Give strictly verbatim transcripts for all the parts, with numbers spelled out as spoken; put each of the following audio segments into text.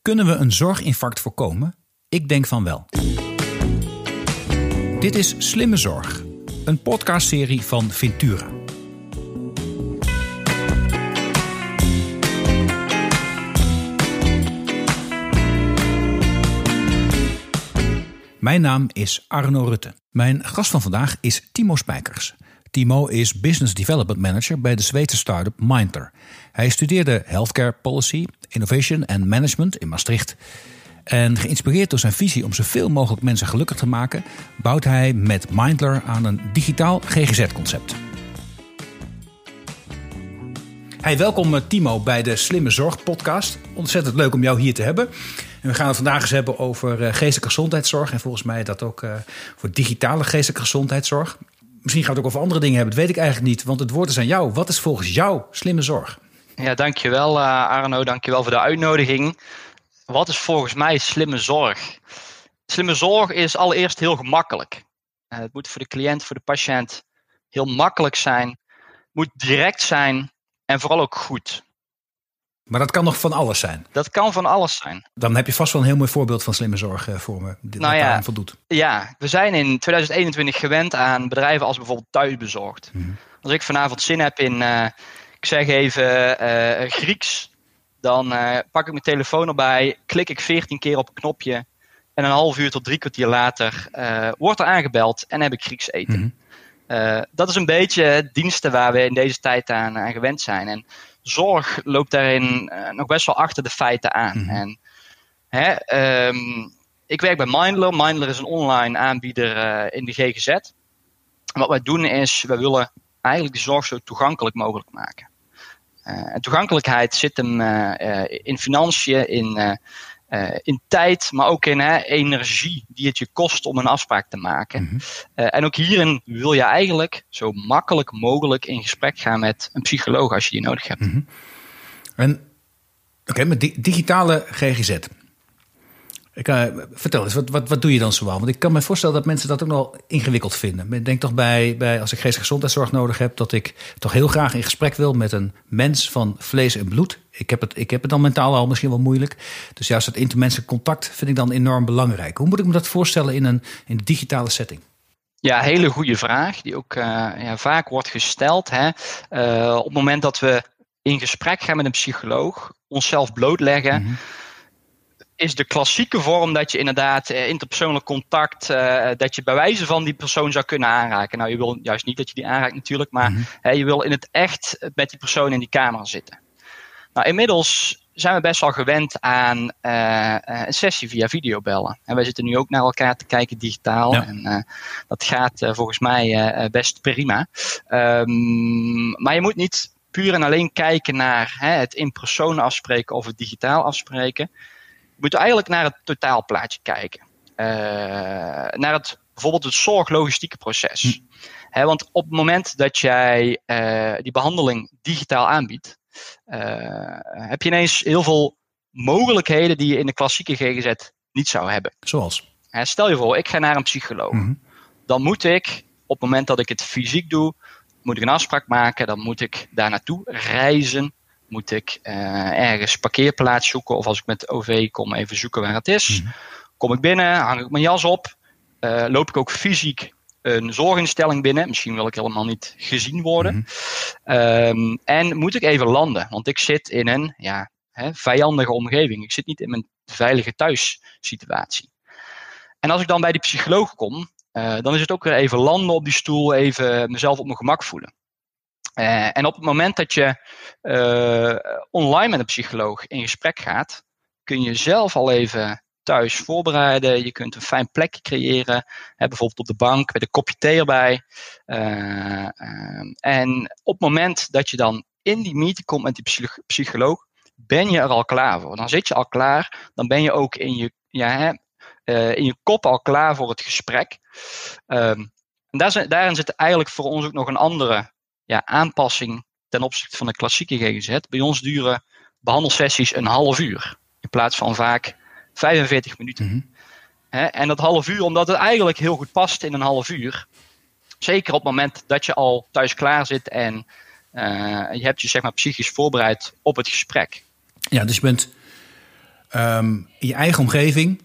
Kunnen we een zorginfarct voorkomen? Ik denk van wel. Dit is Slimme Zorg, een podcastserie van Vintura. Mijn naam is Arno Rutte. Mijn gast van vandaag is Timo Spijkers. Timo is Business Development Manager bij de Zweedse start-up Mindler. Hij studeerde Healthcare Policy, Innovation en Management in Maastricht. En geïnspireerd door zijn visie om zoveel mogelijk mensen gelukkig te maken, bouwt hij met Mindler aan een digitaal G G Z-concept. Hey, welkom Timo bij de Slimme Zorg podcast. Ontzettend leuk om jou hier te hebben. En we gaan het vandaag eens hebben over geestelijke gezondheidszorg. En volgens mij dat ook uh, voor digitale geestelijke gezondheidszorg. Misschien gaan we het ook over andere dingen hebben. Dat weet ik eigenlijk niet, want het woord is aan jou. Wat is volgens jou slimme zorg? Ja, dankjewel uh, Arno. Dankjewel voor de uitnodiging. Wat is volgens mij slimme zorg? Slimme zorg is allereerst heel gemakkelijk. Uh, het moet voor de cliënt, voor de patiënt heel makkelijk zijn. Het moet direct zijn en vooral ook goed. Maar dat kan nog van alles zijn? Dat kan van alles zijn. Dan heb je vast wel een heel mooi voorbeeld van slimme zorg voor me. Die nou ja, aan voldoet. Ja, we zijn in twintig eenentwintig gewend aan bedrijven als bijvoorbeeld Thuisbezorgd. Mm-hmm. Als ik vanavond zin heb in, uh, ik zeg even uh, Grieks, dan uh, pak ik mijn telefoon erbij, klik ik veertien keer op een knopje en een half uur tot drie kwartier later uh, wordt er aangebeld en heb ik Grieks eten. Mm-hmm. Uh, dat is een beetje diensten waar we in deze tijd aan, aan gewend zijn. En zorg loopt daarin uh, nog best wel achter de feiten aan. Mm-hmm. En, hè, um, ik werk bij Mindler. Mindler is een online aanbieder uh, in de G G Z. En wat wij doen is, we willen eigenlijk de zorg zo toegankelijk mogelijk maken. Uh, en toegankelijkheid zit hem uh, uh, in financiën, in, uh, uh, in tijd, maar ook in hè, energie die het je kost om een afspraak te maken. Mm-hmm. Uh, en ook hierin wil je eigenlijk zo makkelijk mogelijk in gesprek gaan met een psycholoog als je die nodig hebt. Mm-hmm. En oké, okay, met di- digitale G G Z. Ik, uh, vertel eens, wat, wat, wat doe je dan zoal? Want ik kan me voorstellen dat mensen dat ook nog ingewikkeld vinden. Ik denk toch bij, bij als ik geestelijke gezondheidszorg nodig heb, dat ik toch heel graag in gesprek wil met een mens van vlees en bloed. Ik heb het, ik heb het dan mentaal al misschien wel moeilijk. Dus juist dat intermenselijk contact vind ik dan enorm belangrijk. Hoe moet ik me dat voorstellen in een, in een digitale setting? Ja, hele goede vraag die ook uh, ja, vaak wordt gesteld. Hè? Uh, op het moment dat we in gesprek gaan met een psycholoog, onszelf blootleggen, mm-hmm. is de klassieke vorm dat je inderdaad uh, interpersoonlijk contact, uh, dat je bij wijze van die persoon zou kunnen aanraken. Nou, je wil juist niet dat je die aanraakt natuurlijk, maar mm-hmm. hè, je wil in het echt met die persoon in die kamer zitten. Nou, inmiddels zijn we best wel gewend aan uh, een sessie via videobellen. En wij zitten nu ook naar elkaar te kijken digitaal. Ja. En uh, dat gaat uh, volgens mij uh, best prima. Um, maar je moet niet puur en alleen kijken naar hè, het in persoon afspreken of het digitaal afspreken. Je moet eigenlijk naar het totaalplaatje kijken. Uh, naar het, bijvoorbeeld het zorglogistieke proces. Hm. He, want op het moment dat jij uh, die behandeling digitaal aanbiedt, uh, heb je ineens heel veel mogelijkheden die je in de klassieke G G Z niet zou hebben. Zoals? He, stel je voor, ik ga naar een psycholoog. Mm-hmm. Dan moet ik, op het moment dat ik het fysiek doe, moet ik een afspraak maken. Dan moet ik daar naartoe reizen. Moet ik uh, ergens parkeerplaats zoeken. Of als ik met O V kom, even zoeken waar het is. Mm-hmm. Kom ik binnen, hang ik mijn jas op. Uh, loop ik ook fysiek een zorginstelling binnen. Misschien wil ik helemaal niet gezien worden. Mm-hmm. Um, en moet ik even landen. Want ik zit in een ja, hè, vijandige omgeving. Ik zit niet in mijn veilige thuissituatie. En als ik dan bij die psycholoog kom, uh, dan is het ook weer even landen op die stoel. Even mezelf op mijn gemak voelen. Uh, en op het moment dat je uh, online met een psycholoog in gesprek gaat, kun je zelf al even thuis voorbereiden. Je kunt een fijn plekje creëren. Hè, bijvoorbeeld op de bank met een kopje thee erbij. Uh, uh, en op het moment dat je dan in die meeting komt met die psych- psycholoog, ben je er al klaar voor. Dan zit je al klaar. Dan ben je ook in je, ja, hè, uh, in je kop al klaar voor het gesprek. Um, en daar zijn, daarin zit eigenlijk voor ons ook nog een andere ja, aanpassing ten opzichte van de klassieke G G Z. Bij ons duren behandelsessies een half uur. In plaats van vaak vijfenveertig minuten. Mm-hmm. He, en dat half uur, omdat het eigenlijk heel goed past in een half uur. Zeker op het moment dat je al thuis klaar zit en uh, je hebt je zeg maar psychisch voorbereid op het gesprek. Ja, dus je bent um, in je eigen omgeving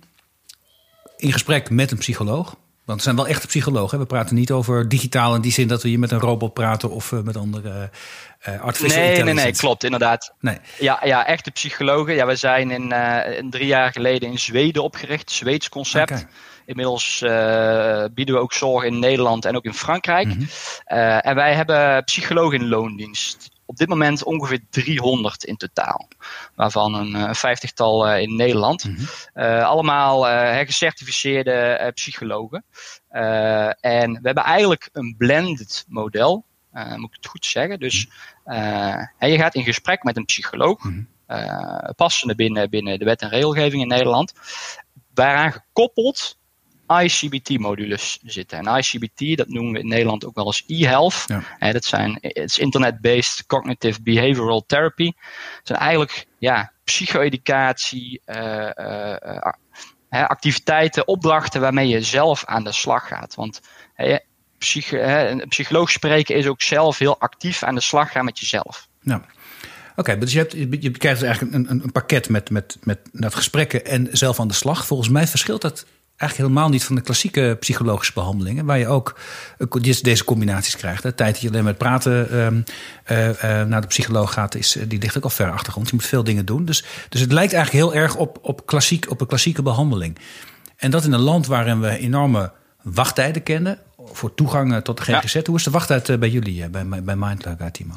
in gesprek met een psycholoog. Want het zijn wel echte psychologen. Hè? We praten niet over digitaal in die zin dat we hier met een robot praten of uh, met andere uh, artificial nee, intelligence. Nee, nee, klopt, inderdaad. Nee. Ja, ja, echte psychologen. Ja, we zijn in, uh, in drie jaar geleden in Zweden opgericht. Zweeds concept. Okay. Inmiddels uh, bieden we ook zorg in Nederland en ook in Frankrijk. Mm-hmm. Uh, en wij hebben psychologen in loondienst. Op dit moment ongeveer driehonderd in totaal. Waarvan een uh, vijftigtal uh, in Nederland. Mm-hmm. Uh, allemaal uh, gecertificeerde uh, psychologen. Uh, en we hebben eigenlijk een blended model. Uh, moet ik het goed zeggen. Dus uh, je gaat in gesprek met een psycholoog. Mm-hmm. Uh, passende binnen, binnen de wet en regelgeving in Nederland. Waaraan gekoppeld I C B T-modules zitten. En I C B T, dat noemen we in Nederland ook wel eens e-health. Ja. En dat zijn, het is internet-based cognitive behavioral therapy. Het zijn eigenlijk ja, psycho-educatie, uh, uh, uh, activiteiten, opdrachten waarmee je zelf aan de slag gaat. Want uh, psych, uh, een psycholoog spreken is ook zelf heel actief aan de slag gaan met jezelf. Ja. Oké, okay, dus je, hebt, je krijgt eigenlijk een, een, een pakket met, met, met, met gesprekken en zelf aan de slag. Volgens mij verschilt dat eigenlijk helemaal niet van de klassieke psychologische behandelingen, waar je ook deze combinaties krijgt. De tijd dat je alleen met praten um, uh, uh, naar de psycholoog gaat, is, die ligt ook al ver achtergrond. Je moet veel dingen doen. Dus, dus het lijkt eigenlijk heel erg op, op, klassiek, op een klassieke behandeling. En dat in een land waarin we enorme wachttijden kennen voor toegang tot de G G Z. Ja. Hoe is de wachttijd bij jullie, bij, bij Mindler, Timo?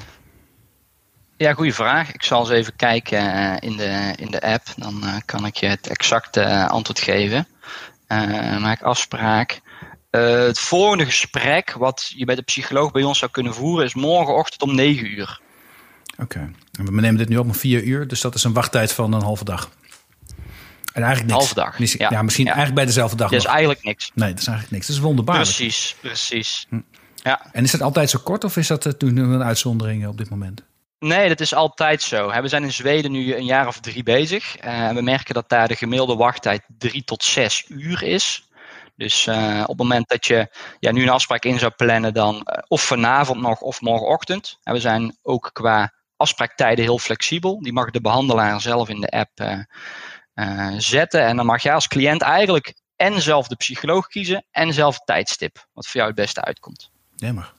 Ja, goede vraag. Ik zal eens even kijken uh, in, de, in de app. Dan uh, kan ik je het exacte uh, antwoord geven. Uh, maak afspraak. Uh, het volgende gesprek wat je bij de psycholoog bij ons zou kunnen voeren is morgenochtend om negen uur. Oké. Okay. En we nemen dit nu op om vier uur, dus dat is een wachttijd van een halve dag. En eigenlijk niks. Halve dag. Misschien, ja. ja, misschien ja. eigenlijk bij dezelfde dag. Dat is eigenlijk niks. Nee, dat is eigenlijk niks. Dat is wonderbaarlijk. Precies, precies. Hm. Ja. En is dat altijd zo kort of is dat nu een uitzondering op dit moment? Nee, dat is altijd zo. We zijn in Zweden nu een jaar of drie bezig. Uh, we merken dat daar de gemiddelde wachttijd drie tot zes uur is. Dus uh, op het moment dat je ja, nu een afspraak in zou plannen, dan uh, of vanavond nog of morgenochtend. En we zijn ook qua afspraaktijden heel flexibel. Die mag de behandelaar zelf in de app uh, uh, zetten. En dan mag jij als cliënt eigenlijk en zelf de psycholoog kiezen en zelf het tijdstip. Wat voor jou het beste uitkomt. Ja, maar.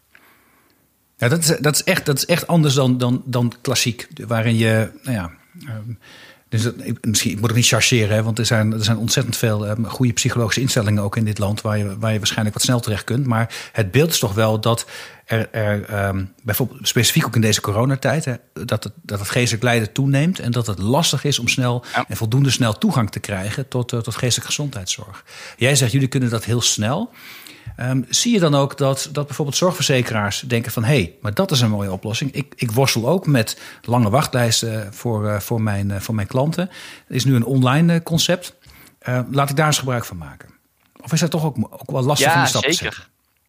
Ja, dat is, dat is, echt, dat is echt anders dan, dan, dan klassiek. Waarin je, nou ja, um, dus dat, misschien ik moet het niet chargeren, hè, want er zijn, er zijn ontzettend veel um, goede psychologische instellingen ook in dit land waar je, waar je waarschijnlijk wat snel terecht kunt. Maar het beeld is toch wel dat er, er um, bijvoorbeeld specifiek ook in deze coronatijd, hè, dat het, dat het geestelijk lijden toeneemt en dat het lastig is om snel ja. en voldoende snel toegang te krijgen tot, uh, tot geestelijke gezondheidszorg. Jij zegt, jullie kunnen dat heel snel. Um, zie je dan ook dat, dat bijvoorbeeld zorgverzekeraars denken van... hé, hey, maar dat is een mooie oplossing. Ik, ik worstel ook met lange wachtlijsten voor, uh, voor, mijn, uh, voor mijn klanten. Het is nu een online uh, concept. Uh, laat ik daar eens gebruik van maken. Of is dat toch ook, ook wel lastig ja, om de stap zeker. te zetten?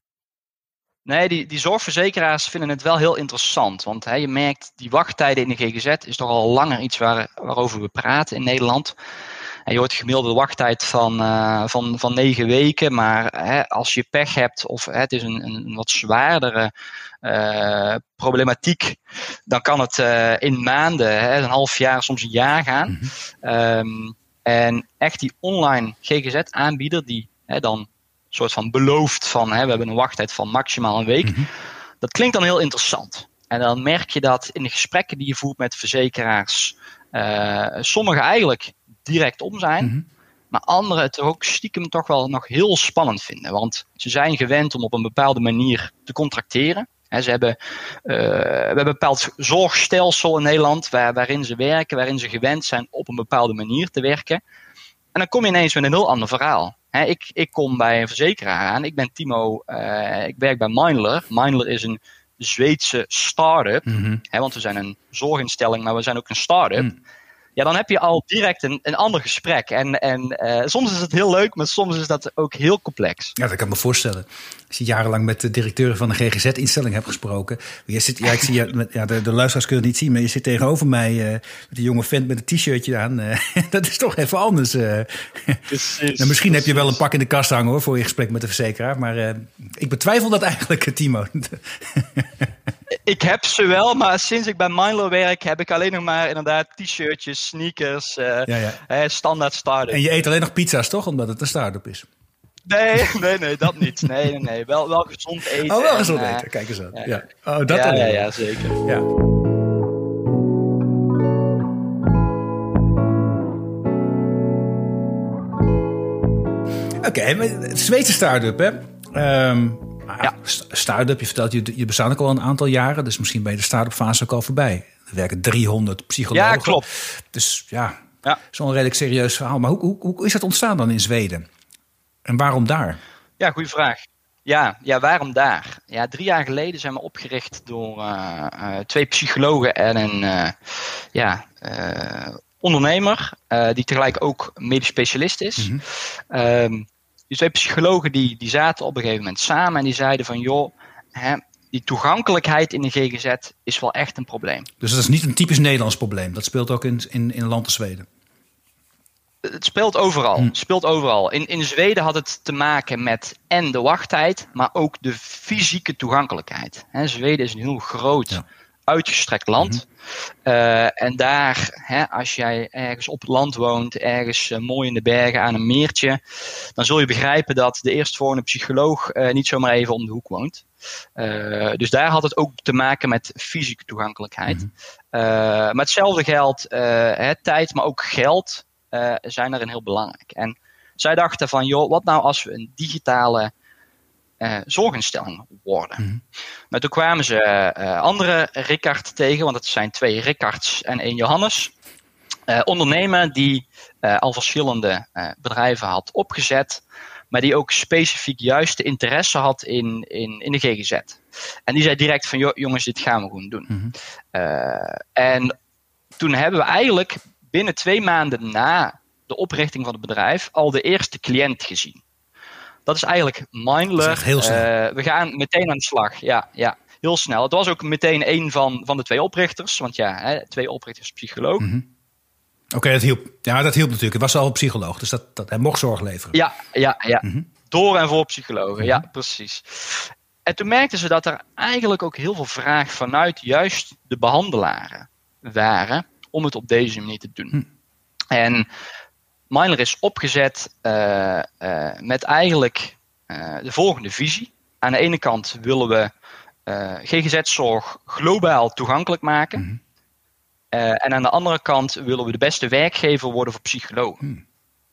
Nee, die, die zorgverzekeraars vinden het wel heel interessant. Want hè, je merkt, die wachttijden in de G G Z is toch al langer iets waar, waarover we praten in Nederland. En je hoort gemiddelde wachttijd van, uh, van, van negen weken. Maar hè, als je pech hebt of hè, het is een, een wat zwaardere uh, problematiek, dan kan het uh, in maanden, hè, een half jaar, soms een jaar gaan. Mm-hmm. Um, en echt die online G G Z-aanbieder die hè, dan soort van belooft van hè, we hebben een wachttijd van maximaal een week. Mm-hmm. Dat klinkt dan heel interessant. En dan merk je dat in de gesprekken die je voert met verzekeraars, uh, sommigen eigenlijk direct om zijn, mm-hmm. maar anderen het ook stiekem toch wel nog heel spannend vinden. Want ze zijn gewend om op een bepaalde manier te contracteren. He, ze hebben, uh, we hebben een bepaald zorgstelsel in Nederland waar, waarin ze werken, waarin ze gewend zijn op een bepaalde manier te werken. En dan kom je ineens met een heel ander verhaal. He, ik, ik kom bij een verzekeraar aan. Ik ben Timo, uh, ik werk bij Mindler. Mindler is een Zweedse start-up. Mm-hmm. He, want we zijn een zorginstelling, maar we zijn ook een start-up. Mm. Ja, dan heb je al direct een, een ander gesprek. En, en uh, soms is het heel leuk, maar soms is dat ook heel complex. Ja, dat kan ik me voorstellen. als je jarenlang met de directeuren van een G G Z-instelling hebt gesproken. Je zit, ja, ik zie je, met, ja, de, de luisteraars kunnen het niet zien, maar je zit tegenover mij uh, met een jonge vent met een t-shirtje aan. Uh, dat is toch even anders. Uh. Precies, nou, misschien heb je wel een pak in de kast hangen hoor, voor je gesprek met de verzekeraar. Maar uh, ik betwijfel dat eigenlijk, Timo. Ik heb ze wel, maar sinds ik bij Mindler werk heb ik alleen nog maar inderdaad t-shirtjes, sneakers, uh, ja, ja. Eh, standaard start-up. En je eet alleen nog pizza's toch, omdat het een start-up is? Nee, nee, nee, dat niet. Nee, nee, nee. Wel, wel gezond eten. Oh, wel gezond en, eten. Uh, Kijk eens aan. Ja, ja. Oh, dat ja, ja, ja, ja, zeker. Ja. Oké, okay, het Zweedse start-up, hè? Um, ja. Start-up, je vertelt, je, je bestaat ook al een aantal jaren, dus misschien ben je de start-up fase ook al voorbij. Er werken driehonderd psychologen. Ja, klopt. Dus ja, ja. zo'n redelijk serieus verhaal. Maar hoe, hoe, hoe is dat ontstaan dan in Zweden? En waarom daar? Ja, goede vraag. Ja, ja, waarom daar? Ja, drie jaar geleden zijn we opgericht door uh, uh, twee psychologen en een uh, ja, uh, ondernemer, uh, die tegelijk ook medisch specialist is. Mm-hmm. Um, die twee psychologen die, die zaten op een gegeven moment samen en die zeiden van joh, hè, die toegankelijkheid in de G G Z is wel echt een probleem. Dus dat is niet een typisch Nederlands probleem. Dat speelt ook in, in, in een land als Zweden. Het speelt overal. Het speelt overal. In, in Zweden had het te maken met en de wachttijd, maar ook de fysieke toegankelijkheid. He, Zweden is een heel groot, ja. uitgestrekt land. Mm-hmm. Uh, en daar, hè, als jij ergens op het land woont, ergens uh, mooi in de bergen aan een meertje, dan zul je begrijpen dat de eerstvolgende psycholoog uh, niet zomaar even om de hoek woont. Uh, dus daar had het ook te maken met fysieke toegankelijkheid. Mm-hmm. Uh, maar hetzelfde geldt, uh, hè, tijd, maar ook geld. Uh, zijn daarin heel belangrijk. En zij dachten van, joh, wat nou als we een digitale uh, zorginstelling worden? Mm-hmm. Maar toen kwamen ze uh, andere Rickard tegen, want het zijn twee Rickards en één Johannes. Uh, ondernemer die uh, al verschillende uh, bedrijven had opgezet, maar die ook specifiek juist de interesse had in, in, in de G G Z. En die zei direct van, joh, jongens, dit gaan we gewoon doen. Mm-hmm. Uh, en toen hebben we eigenlijk binnen twee maanden na de oprichting van het bedrijf al de eerste cliënt gezien. Dat is eigenlijk Mindler. Dat is heel snel. Uh, we gaan meteen aan de slag. Ja, ja, heel snel. Het was ook meteen een van, van de twee oprichters. Want ja, hè, twee oprichters psycholoog. Mm-hmm. Oké, okay, dat hielp. Ja, dat hielp natuurlijk. Het was al een psycholoog, dus dat, dat, hij mocht zorg leveren. Ja, ja, ja. Mm-hmm. Door en voor psychologen. Mm-hmm. Ja, precies. En toen merkten ze dat er eigenlijk ook heel veel vraag vanuit juist de behandelaren waren om het op deze manier te doen. Hm. En Mindler is opgezet uh, uh, met eigenlijk uh, de volgende visie. Aan de ene kant willen we uh, G G Z-zorg globaal toegankelijk maken. Hm. Uh, en aan de andere kant willen we de beste werkgever worden voor psychologen. Hm.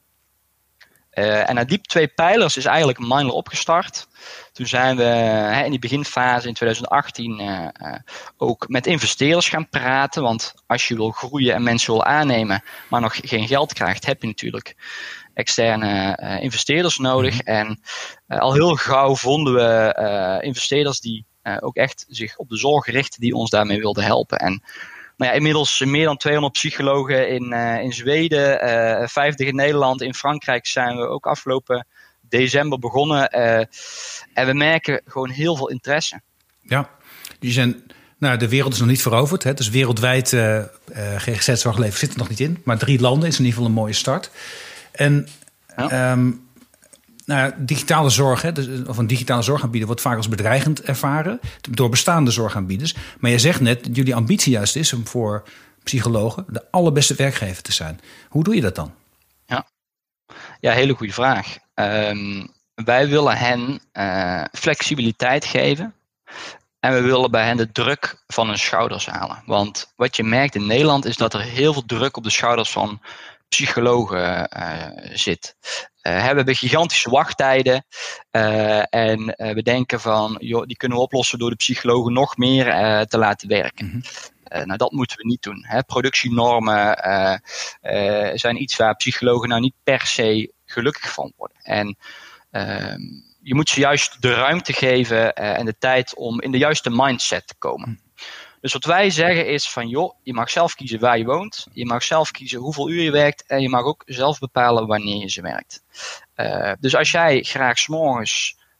Uh, en aan die twee pijlers is eigenlijk Mindler opgestart. Toen zijn we hè, in die beginfase in twintig achttien uh, uh, ook met investeerders gaan praten. Want als je wil groeien en mensen wil aannemen, maar nog geen geld krijgt, heb je natuurlijk externe uh, investeerders nodig. Mm-hmm. En uh, al heel gauw vonden we uh, investeerders die uh, ook echt zich op de zorg richten, die ons daarmee wilden helpen. En nou ja, inmiddels meer dan tweehonderd psychologen in, uh, in Zweden, uh, vijftig in Nederland. In Frankrijk zijn we ook afgelopen december begonnen. Uh, en we merken gewoon heel veel interesse. Ja, die zijn, nou, de wereld is nog niet veroverd. Hè? Dus wereldwijd uh, uh, G G Z-zorgleven zit er nog niet in. Maar drie landen is in ieder geval een mooie start. En ja. um, nou, digitale zorg, hè, dus, of een digitale zorgaanbieder, wordt vaak als bedreigend ervaren door bestaande zorgaanbieders. Maar je zegt net dat jullie ambitie juist is om voor psychologen de allerbeste werkgever te zijn. Hoe doe je dat dan? Ja, ja, hele goede vraag. Um, wij willen hen uh, flexibiliteit geven. En we willen bij hen de druk van hun schouders halen. Want wat je merkt in Nederland is dat er heel veel druk op de schouders van psychologen uh, zit. Uh, we hebben gigantische wachttijden. Uh, en uh, we denken van, joh, die kunnen we oplossen door de psychologen nog meer uh, te laten werken. Mm-hmm. Uh, nou, dat moeten we niet doen. Hè. Productienormen uh, uh, zijn iets waar psychologen nou niet per se gelukkig van worden. En uh, je moet ze juist de ruimte geven uh, en de tijd om in de juiste mindset te komen. Mm. Dus wat wij zeggen is van, joh, je mag zelf kiezen waar je woont. Je mag zelf kiezen hoeveel uur je werkt. En je mag ook zelf bepalen wanneer je ze werkt. Uh, dus als jij graag 's morgens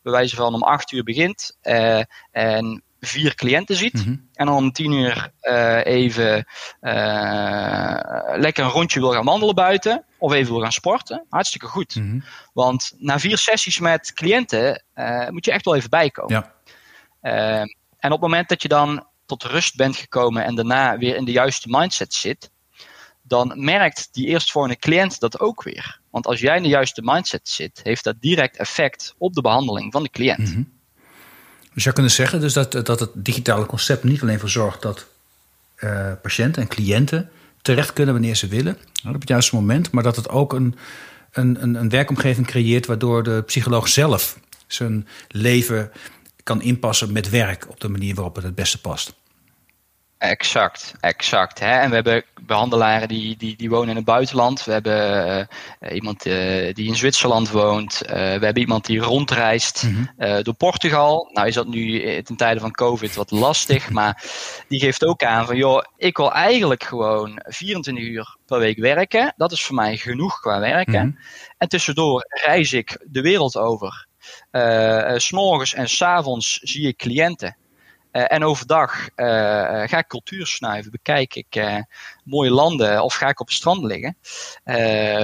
bij wijze van om acht uur begint uh, en vier cliënten ziet. Mm-hmm. En dan om tien uur uh, even uh, lekker een rondje wil gaan wandelen buiten. Of even wil gaan sporten. Hartstikke goed. Mm-hmm. Want na vier sessies met cliënten uh, moet je echt wel even bijkomen. Ja. Uh, en op het moment dat je dan tot rust bent gekomen en daarna weer in de juiste mindset zit, dan merkt die eerstvolgende cliënt dat ook weer. Want als jij in de juiste mindset zit, heeft dat direct effect op de behandeling van de cliënt. Mm-hmm. Dus je zou kunnen zeggen dus dat, dat het digitale concept niet alleen voor zorgt dat uh, patiënten en cliënten terecht kunnen wanneer ze willen, op het juiste moment, maar dat het ook een, een, een, een werkomgeving creëert waardoor de psycholoog zelf zijn leven kan inpassen met werk op de manier waarop het het beste past. Exact, exact. Hè? En we hebben behandelaren die, die, die wonen in het buitenland. We hebben uh, iemand uh, die in Zwitserland woont. Uh, we hebben iemand die rondreist mm-hmm. uh, door Portugal. Nou is dat nu ten tijde van COVID wat lastig. Maar die geeft ook aan van, joh, ik wil eigenlijk gewoon vierentwintig uur per week werken. Dat is voor mij genoeg qua werken. Mm-hmm. En tussendoor reis ik de wereld over. Uh, uh, 's morgens en 's avonds zie ik cliënten. Uh, en overdag uh, ga ik cultuur snuiven, bekijk ik uh, mooie landen of ga ik op het strand liggen. Uh,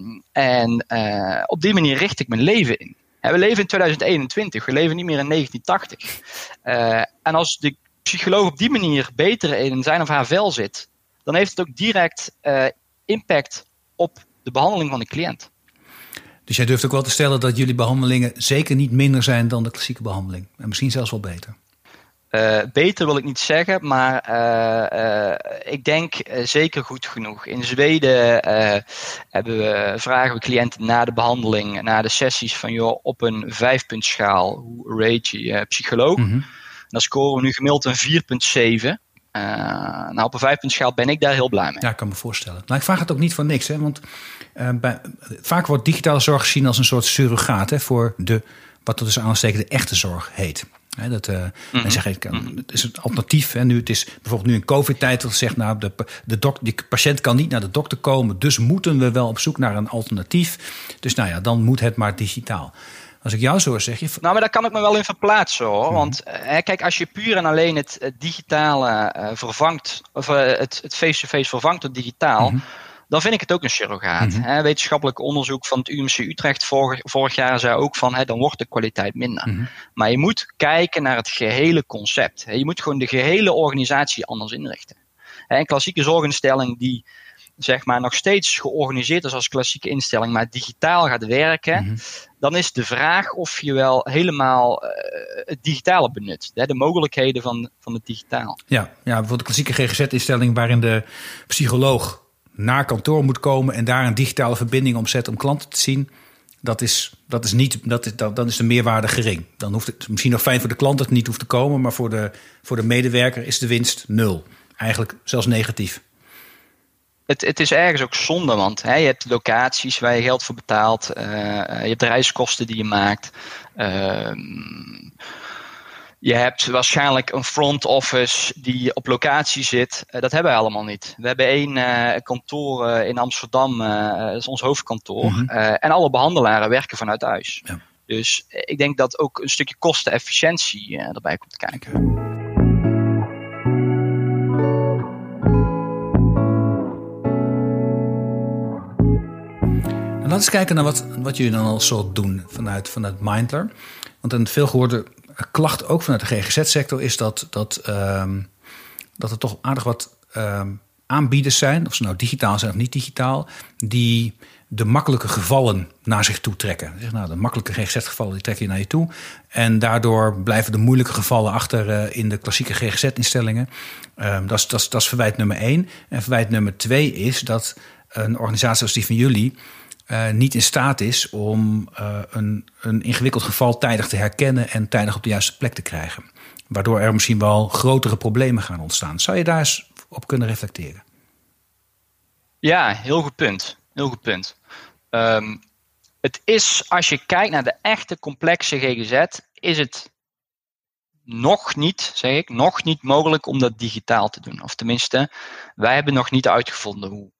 en uh, op die manier richt ik mijn leven in. Uh, we leven in tweeduizend eenentwintig, we leven niet meer in negentien tachtig. Uh, en als de psycholoog op die manier beter in zijn of haar vel zit, dan heeft het ook direct uh, impact op de behandeling van de cliënt. Dus jij durft ook wel te stellen dat jullie behandelingen zeker niet minder zijn dan de klassieke behandeling. En misschien zelfs wel beter. Uh, beter wil ik niet zeggen, maar uh, uh, ik denk uh, zeker goed genoeg. In Zweden uh, hebben we, vragen we cliënten na de behandeling, na de sessies van joh, op een vijfpuntschaal, hoe rate je uh, psycholoog? Mm-hmm. Dan scoren we nu gemiddeld een vier komma zeven. Uh, nou, op een vijfpuntschaal ben ik daar heel blij mee. Ja, ik kan me voorstellen. Nou, ik vraag het ook niet voor niks, hè, want uh, bij, vaak wordt digitale zorg gezien als een soort surrogaat hè, voor de, wat er dus aansteken de echte zorg heet. He, dat, uh, mm-hmm. En zeg ik, het is een alternatief. Hè. Nu, het is bijvoorbeeld nu in COVID-tijd dat zegt, nou, de, de dok, die patiënt kan niet naar de dokter komen, dus moeten we wel op zoek naar een alternatief. Dus nou ja, dan moet het maar digitaal. Als ik jou zo hoor, zeg je. Nou, maar daar kan ik me wel in verplaatsen hoor. Mm-hmm. Want uh, kijk, als je puur en alleen het, het digitale uh, vervangt, of uh, het, het face-to-face vervangt door digitaal. Mm-hmm. Dan vind ik het ook een surrogaat. Mm-hmm. Hè. Wetenschappelijk onderzoek van het U M C Utrecht vorig, vorig jaar zei ook van, hè, dan wordt de kwaliteit minder. Mm-hmm. Maar je moet kijken naar het gehele concept. Hè. Je moet gewoon de gehele organisatie anders inrichten. Hè, een klassieke zorginstelling die zeg maar nog steeds georganiseerd is als klassieke instelling, maar digitaal gaat werken, mm-hmm. dan is de vraag of je wel helemaal uh, het digitale benut. Hè, de mogelijkheden van, van het digitaal. Ja, ja, bijvoorbeeld de klassieke G G Z-instelling waarin de psycholoog naar kantoor moet komen en daar een digitale verbinding omzetten om klanten te zien. Dat is, dat is niet, dat is, dat, dan is de meerwaarde gering. Dan hoeft het misschien nog fijn voor de klant dat het niet hoeft te komen, maar voor de, voor de medewerker is de winst nul. Eigenlijk zelfs negatief. Het, het is ergens ook zonde, want hè, je hebt locaties waar je geld voor betaalt. Uh, je hebt de reiskosten die je maakt. Uh, Je hebt waarschijnlijk een front office die op locatie zit. Uh, dat hebben we allemaal niet. We hebben één uh, kantoor uh, in Amsterdam. Uh, dat is ons hoofdkantoor. Mm-hmm. Uh, en alle behandelaren werken vanuit huis. Ja. Dus uh, ik denk dat ook een stukje kostenefficiëntie uh, erbij komt kijken. En laten we eens kijken naar wat, wat jullie dan al zo doen vanuit, vanuit Mindler. Want een veelgehoorde klacht ook vanuit de G G Z-sector is dat, dat, um, dat er toch aardig wat um, aanbieders zijn, of ze nou digitaal zijn of niet digitaal, die de makkelijke gevallen naar zich toe trekken. Zeg, nou, de makkelijke G G Z-gevallen die trek je naar je toe. En daardoor blijven de moeilijke gevallen achter uh, in de klassieke G G Z-instellingen. Um, dat, is, dat, is, dat is verwijt nummer één. En verwijt nummer twee is dat een organisatie als die van jullie Uh, niet in staat is om uh, een, een ingewikkeld geval tijdig te herkennen en tijdig op de juiste plek te krijgen. Waardoor er misschien wel grotere problemen gaan ontstaan. Zou je daar eens op kunnen reflecteren? Ja, heel goed punt. Heel goed punt. Um, het is, als je kijkt naar de echte complexe G G Z, is het nog niet, zeg ik, nog niet mogelijk om dat digitaal te doen. Of tenminste, wij hebben nog niet uitgevonden hoe.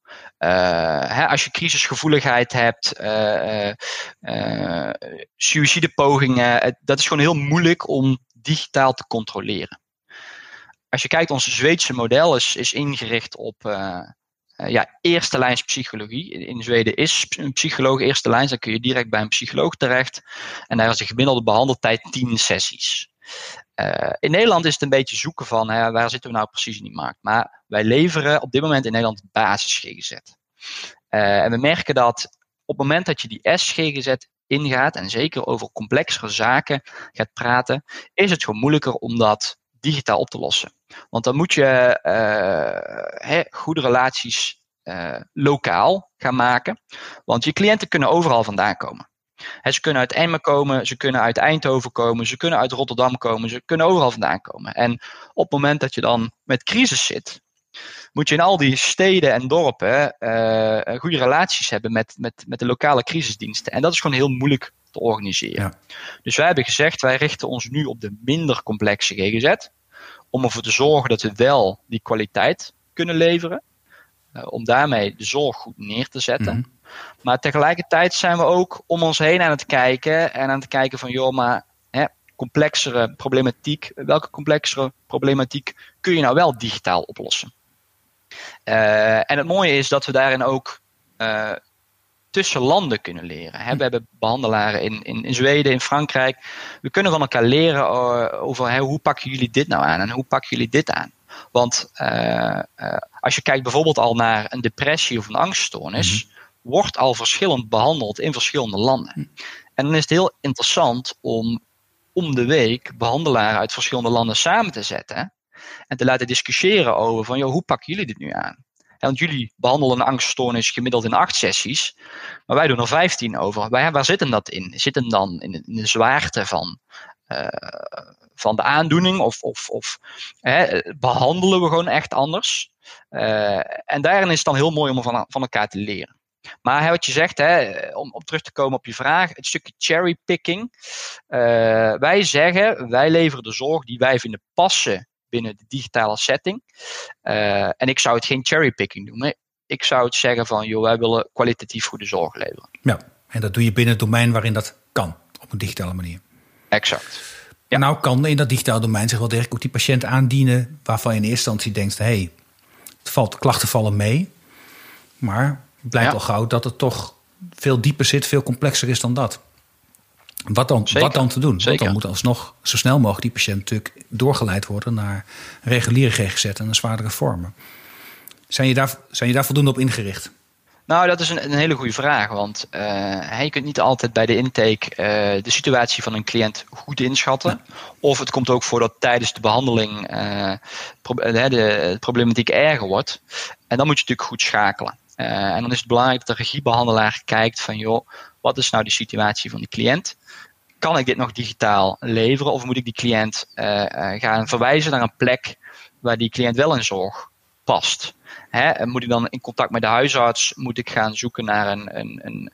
Uh, hè, als je crisisgevoeligheid hebt, uh, uh, uh, suïcidepogingen, dat is gewoon heel moeilijk om digitaal te controleren. Als je kijkt, ons Zweedse model is, is ingericht op uh, uh, ja, eerste lijns psychologie. In Zweden is een psycholoog eerste lijns, dan kun je direct bij een psycholoog terecht. En daar is de gemiddelde behandeltijd tien sessies. Uh, in Nederland is het een beetje zoeken van, hè, waar zitten we nou precies in die markt. Maar wij leveren op dit moment in Nederland basis G G Z. Uh, en we merken dat op het moment dat je die S G G Z ingaat, en zeker over complexere zaken gaat praten, is het gewoon moeilijker om dat digitaal op te lossen. Want dan moet je uh, he, goede relaties uh, lokaal gaan maken. Want je cliënten kunnen overal vandaan komen. He, ze kunnen uit Emmen komen, ze kunnen uit Eindhoven komen, ze kunnen uit Rotterdam komen, ze kunnen overal vandaan komen. En op het moment dat je dan met crisis zit, moet je in al die steden en dorpen uh, goede relaties hebben met, met, met de lokale crisisdiensten. En dat is gewoon heel moeilijk te organiseren. Ja. Dus wij hebben gezegd, wij richten ons nu op de minder complexe G G Z. Om ervoor te zorgen dat we wel die kwaliteit kunnen leveren. Uh, om daarmee de zorg goed neer te zetten. Mm-hmm. Maar tegelijkertijd zijn we ook om ons heen aan het kijken. En aan het kijken van, joh, maar hè, complexere problematiek. Welke complexere problematiek kun je nou wel digitaal oplossen? Uh, en het mooie is dat we daarin ook uh, tussen landen kunnen leren. Hè? We hebben behandelaren in, in, in Zweden, in Frankrijk. We kunnen van elkaar leren uh, over hè, hoe pakken jullie dit nou aan en hoe pakken jullie dit aan. Want uh, uh, als je kijkt bijvoorbeeld al naar een depressie of een angststoornis, mm-hmm. wordt al verschillend behandeld in verschillende landen. Mm. En dan is het heel interessant om om de week behandelaren uit verschillende landen samen te zetten en te laten discussiëren over van, joh, hoe pakken jullie dit nu aan? Ja, want jullie behandelen een angststoornis gemiddeld in acht sessies, maar wij doen er vijftien over. Waar, waar zit hem dat in? Zit hem dan in de, in de zwaarte van, uh, van de aandoening? Of, of, of hè, behandelen we gewoon echt anders? Uh, en daarin is het dan heel mooi om van, van elkaar te leren. Maar hè, wat je zegt, hè, om, om terug te komen op je vraag, het stukje cherrypicking. Uh, wij zeggen, wij leveren de zorg die wij vinden passen binnen de digitale setting. Uh, en ik zou het geen cherrypicking noemen. Ik zou het zeggen van, joh, wij willen kwalitatief goede zorg leveren. Ja, en dat doe je binnen het domein waarin dat kan, op een digitale manier. Exact. Ja. En nou kan in dat digitale domein zich wel degelijk ook die patiënt aandienen waarvan je in eerste instantie denkt, hé, hey, het valt, de klachten vallen mee, maar het blijkt ja. al gauw dat het toch veel dieper zit, veel complexer is dan dat. Wat dan, wat dan te doen? Want dan moet alsnog zo snel mogelijk die patiënt natuurlijk doorgeleid worden naar reguliere G G Z en een zwaardere vormen. Zijn je daar, zijn je daar voldoende op ingericht? Nou, dat is een, een hele goede vraag. Want uh, je kunt niet altijd bij de intake uh, de situatie van een cliënt goed inschatten. Ja. Of het komt ook voor dat tijdens de behandeling uh, pro- de, de problematiek erger wordt. En dan moet je natuurlijk goed schakelen. Uh, en dan is het belangrijk dat de regiebehandelaar kijkt van, joh, wat is nou de situatie van die cliënt? Kan ik dit nog digitaal leveren? Of moet ik die cliënt uh, uh, gaan verwijzen naar een plek waar die cliënt wel in zorg past? Hè? Moet ik dan in contact met de huisarts? Moet ik gaan zoeken naar een, een, een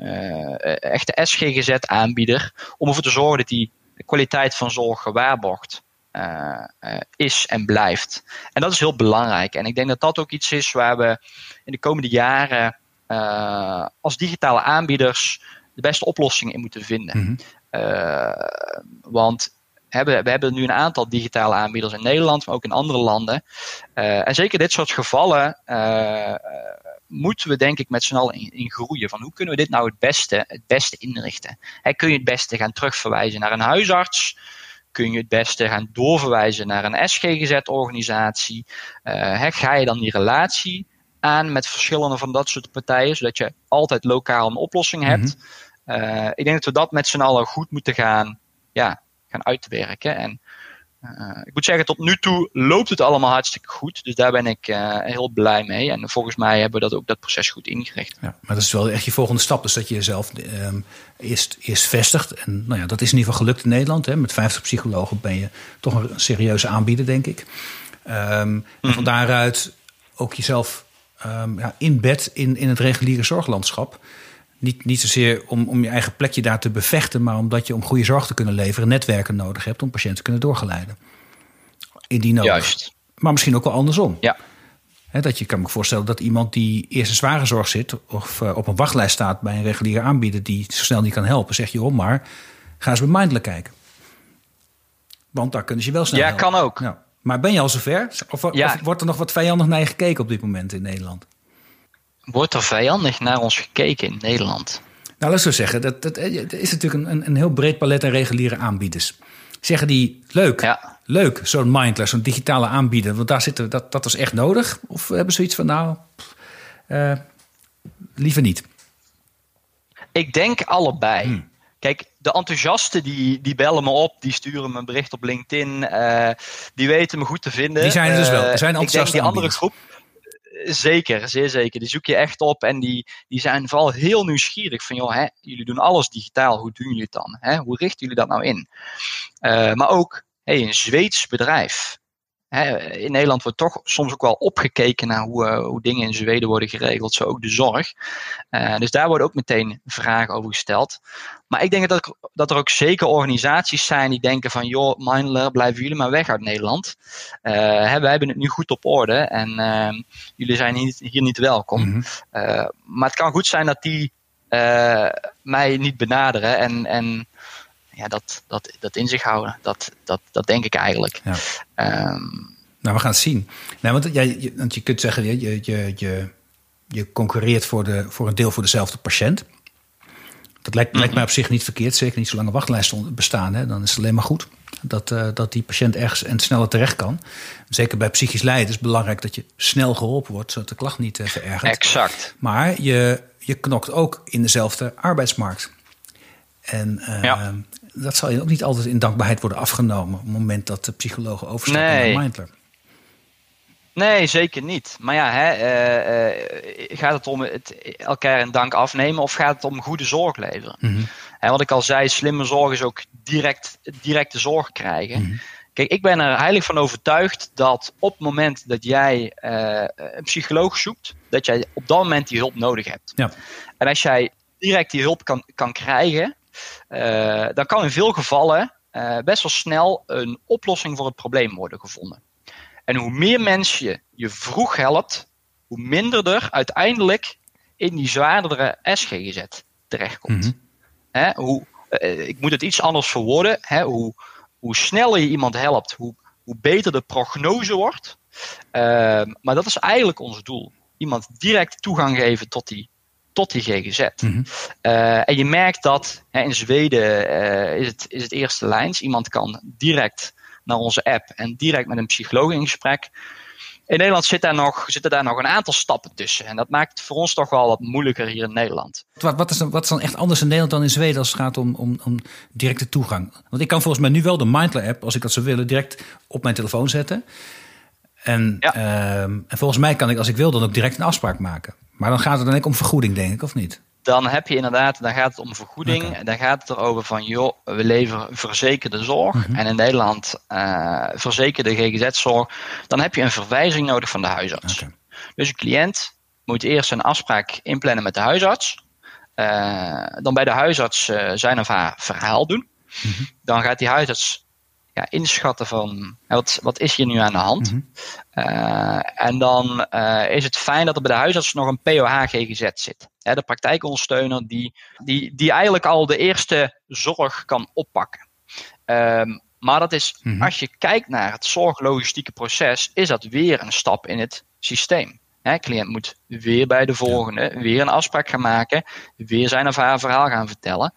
uh, echte S G G Z-aanbieder? Om ervoor te zorgen dat die kwaliteit van zorg gewaarborgd uh, uh, is en blijft. En dat is heel belangrijk. En ik denk dat dat ook iets is waar we in de komende jaren uh, als digitale aanbieders de beste oplossingen in moeten vinden. Mm-hmm. Uh, want we, we hebben nu een aantal digitale aanbieders in Nederland, maar ook in andere landen. Uh, en zeker dit soort gevallen uh, moeten we denk ik met z'n allen in, in groeien. Van hoe kunnen we dit nou het beste, het beste inrichten? He, kun je het beste gaan terugverwijzen naar een huisarts? Kun je het beste gaan doorverwijzen naar een S G G Z-organisatie? Uh, he, ga je dan die relatie aan met verschillende van dat soort partijen, zodat je altijd lokaal een oplossing hebt? Mm-hmm. Uh, ik denk dat we dat met z'n allen goed moeten gaan, ja, gaan uitwerken. En uh, ik moet zeggen, tot nu toe loopt het allemaal hartstikke goed. Dus daar ben ik uh, heel blij mee. En volgens mij hebben we dat ook dat proces goed ingericht. Ja, maar dat is wel echt je volgende stap. Dus dat je jezelf um, eerst, eerst vestigt. En nou ja, dat is in ieder geval gelukt in Nederland. Hè. Met vijftig psychologen ben je toch een serieuze aanbieder, denk ik. Um, mm-hmm. En van daaruit ook jezelf um, ja, inbed in, in het reguliere zorglandschap. Niet, niet zozeer om, om je eigen plekje daar te bevechten, maar omdat je om goede zorg te kunnen leveren netwerken nodig hebt om patiënten te kunnen doorgeleiden. Indien nodig. Juist. Maar misschien ook wel andersom. Ja. He, dat je kan me voorstellen dat iemand die eerst in zware zorg zit of uh, op een wachtlijst staat bij een reguliere aanbieder die zo snel niet kan helpen, zeg je om maar ga eens bij Mindler kijken. Want daar kunnen ze je wel snel ja, helpen. Ja, kan ook. Nou, maar ben je al zover? Of, ja. of wordt er nog wat vijandig naar je gekeken op dit moment in Nederland? Wordt er vijandig naar ons gekeken in Nederland? Nou, laat ik zo zeggen. Dat, dat, er is natuurlijk een, een heel breed palet aan reguliere aanbieders. Zeggen die, leuk, ja. leuk, zo'n Mindler, zo'n digitale aanbieder. Want daar zitten, dat, dat is echt nodig. Of hebben ze zoiets van, nou, uh, liever niet? Ik denk allebei. Hmm. Kijk, de enthousiasten die, die bellen me op, die sturen me een bericht op LinkedIn. Uh, die weten me goed te vinden. Die zijn er dus wel. Er zijn enthousiaste Ik denk die andere groep, zeker, zeer zeker. Die zoek je echt op en die, die zijn vooral heel nieuwsgierig. Van joh, hè, jullie doen alles digitaal, hoe doen jullie het dan? Hè? Hoe richten jullie dat nou in? Uh, maar ook hey, een Zweeds bedrijf. Hè, in Nederland wordt toch soms ook wel opgekeken naar hoe, uh, hoe dingen in Zweden worden geregeld. Zo ook de zorg. Uh, dus daar worden ook meteen vragen over gesteld. Maar ik denk dat er, dat er ook zeker organisaties zijn die denken van joh, Mindler, blijven jullie maar weg uit Nederland. Uh, hè, wij hebben het nu goed op orde en uh, jullie zijn hier, hier niet welkom. Mm-hmm. Uh, maar het kan goed zijn dat die uh, mij niet benaderen en, en ja, dat, dat, dat in zich houden. Dat, dat, dat denk ik eigenlijk. Ja. Um, nou, we gaan het zien. Nou, want, ja, je, want je kunt zeggen, je, je, je, je concurreert voor, de, voor een deel voor dezelfde patiënt. Dat lijkt, mm-hmm. lijkt mij op zich niet verkeerd. Zeker niet zolang wachtlijsten bestaan. Hè. Dan is het alleen maar goed dat, uh, dat die patiënt ergens en sneller terecht kan. Zeker bij psychisch lijden is het belangrijk dat je snel geholpen wordt, zodat de klacht niet uh, verergert. Exact. Maar je, je knokt ook in dezelfde arbeidsmarkt. En uh, ja. dat zal je ook niet altijd in dankbaarheid worden afgenomen op het moment dat de psychologen overstappen nee. naar Mindler. Nee, zeker niet. Maar ja, hè, uh, uh, gaat het om het elkaar in dank afnemen of gaat het om goede zorg leveren? Mm-hmm. En wat ik al zei, slimme zorg is ook direct, directe zorg krijgen. Mm-hmm. Kijk, ik ben er heilig van overtuigd dat op het moment dat jij uh, een psycholoog zoekt, dat jij op dat moment die hulp nodig hebt. Ja. En als jij direct die hulp kan, kan krijgen, uh, dan kan in veel gevallen uh, best wel snel een oplossing voor het probleem worden gevonden. En hoe meer mensen je, je vroeg helpt, hoe minder er uiteindelijk in die zwaardere S G G Z terechtkomt. Mm-hmm. Hè, hoe, uh, ik moet het iets anders verwoorden. Hè, hoe, hoe sneller je iemand helpt, hoe, hoe beter de prognose wordt. Uh, maar dat is eigenlijk ons doel. Iemand direct toegang geven tot die, tot die G G Z. Mm-hmm. Uh, en je merkt dat hè, in Zweden uh, is, het, is het eerste lijns. Iemand kan direct naar onze app en direct met een psycholoog in gesprek. In Nederland zit daar nog, zitten daar nog een aantal stappen tussen. En dat maakt het voor ons toch wel wat moeilijker hier in Nederland. Wat, wat, is, dan, wat is dan echt anders in Nederland dan in Zweden als het gaat om, om, om directe toegang? Want ik kan volgens mij nu wel de Mindler-app, als ik dat zou willen, direct op mijn telefoon zetten. En, ja. uh, en volgens mij kan ik, als ik wil, dan ook direct een afspraak maken. Maar dan gaat het dan ook om vergoeding, denk ik, of niet? Dan heb je inderdaad, dan gaat het om vergoeding. Okay. Dan gaat het erover van, joh, we leveren verzekerde zorg. Mm-hmm. En in Nederland uh, verzekerde G G Z-zorg. Dan heb je een verwijzing nodig van de huisarts. Okay. Dus een cliënt moet eerst een afspraak inplannen met de huisarts. Uh, dan bij de huisarts uh, zijn of haar verhaal doen. Mm-hmm. Dan gaat die huisarts ja, inschatten van, wat, wat is hier nu aan de hand? Mm-hmm. Uh, en dan uh, is het fijn dat er bij de huisarts nog een P O H G G Z zit. Hè, de praktijkondersteuner die, die, die eigenlijk al de eerste zorg kan oppakken. Um, maar dat is, mm-hmm. als je kijkt naar het zorglogistieke proces, is dat weer een stap in het systeem. De cliënt moet weer bij de volgende, ja. weer een afspraak gaan maken, weer zijn of haar verhaal gaan vertellen.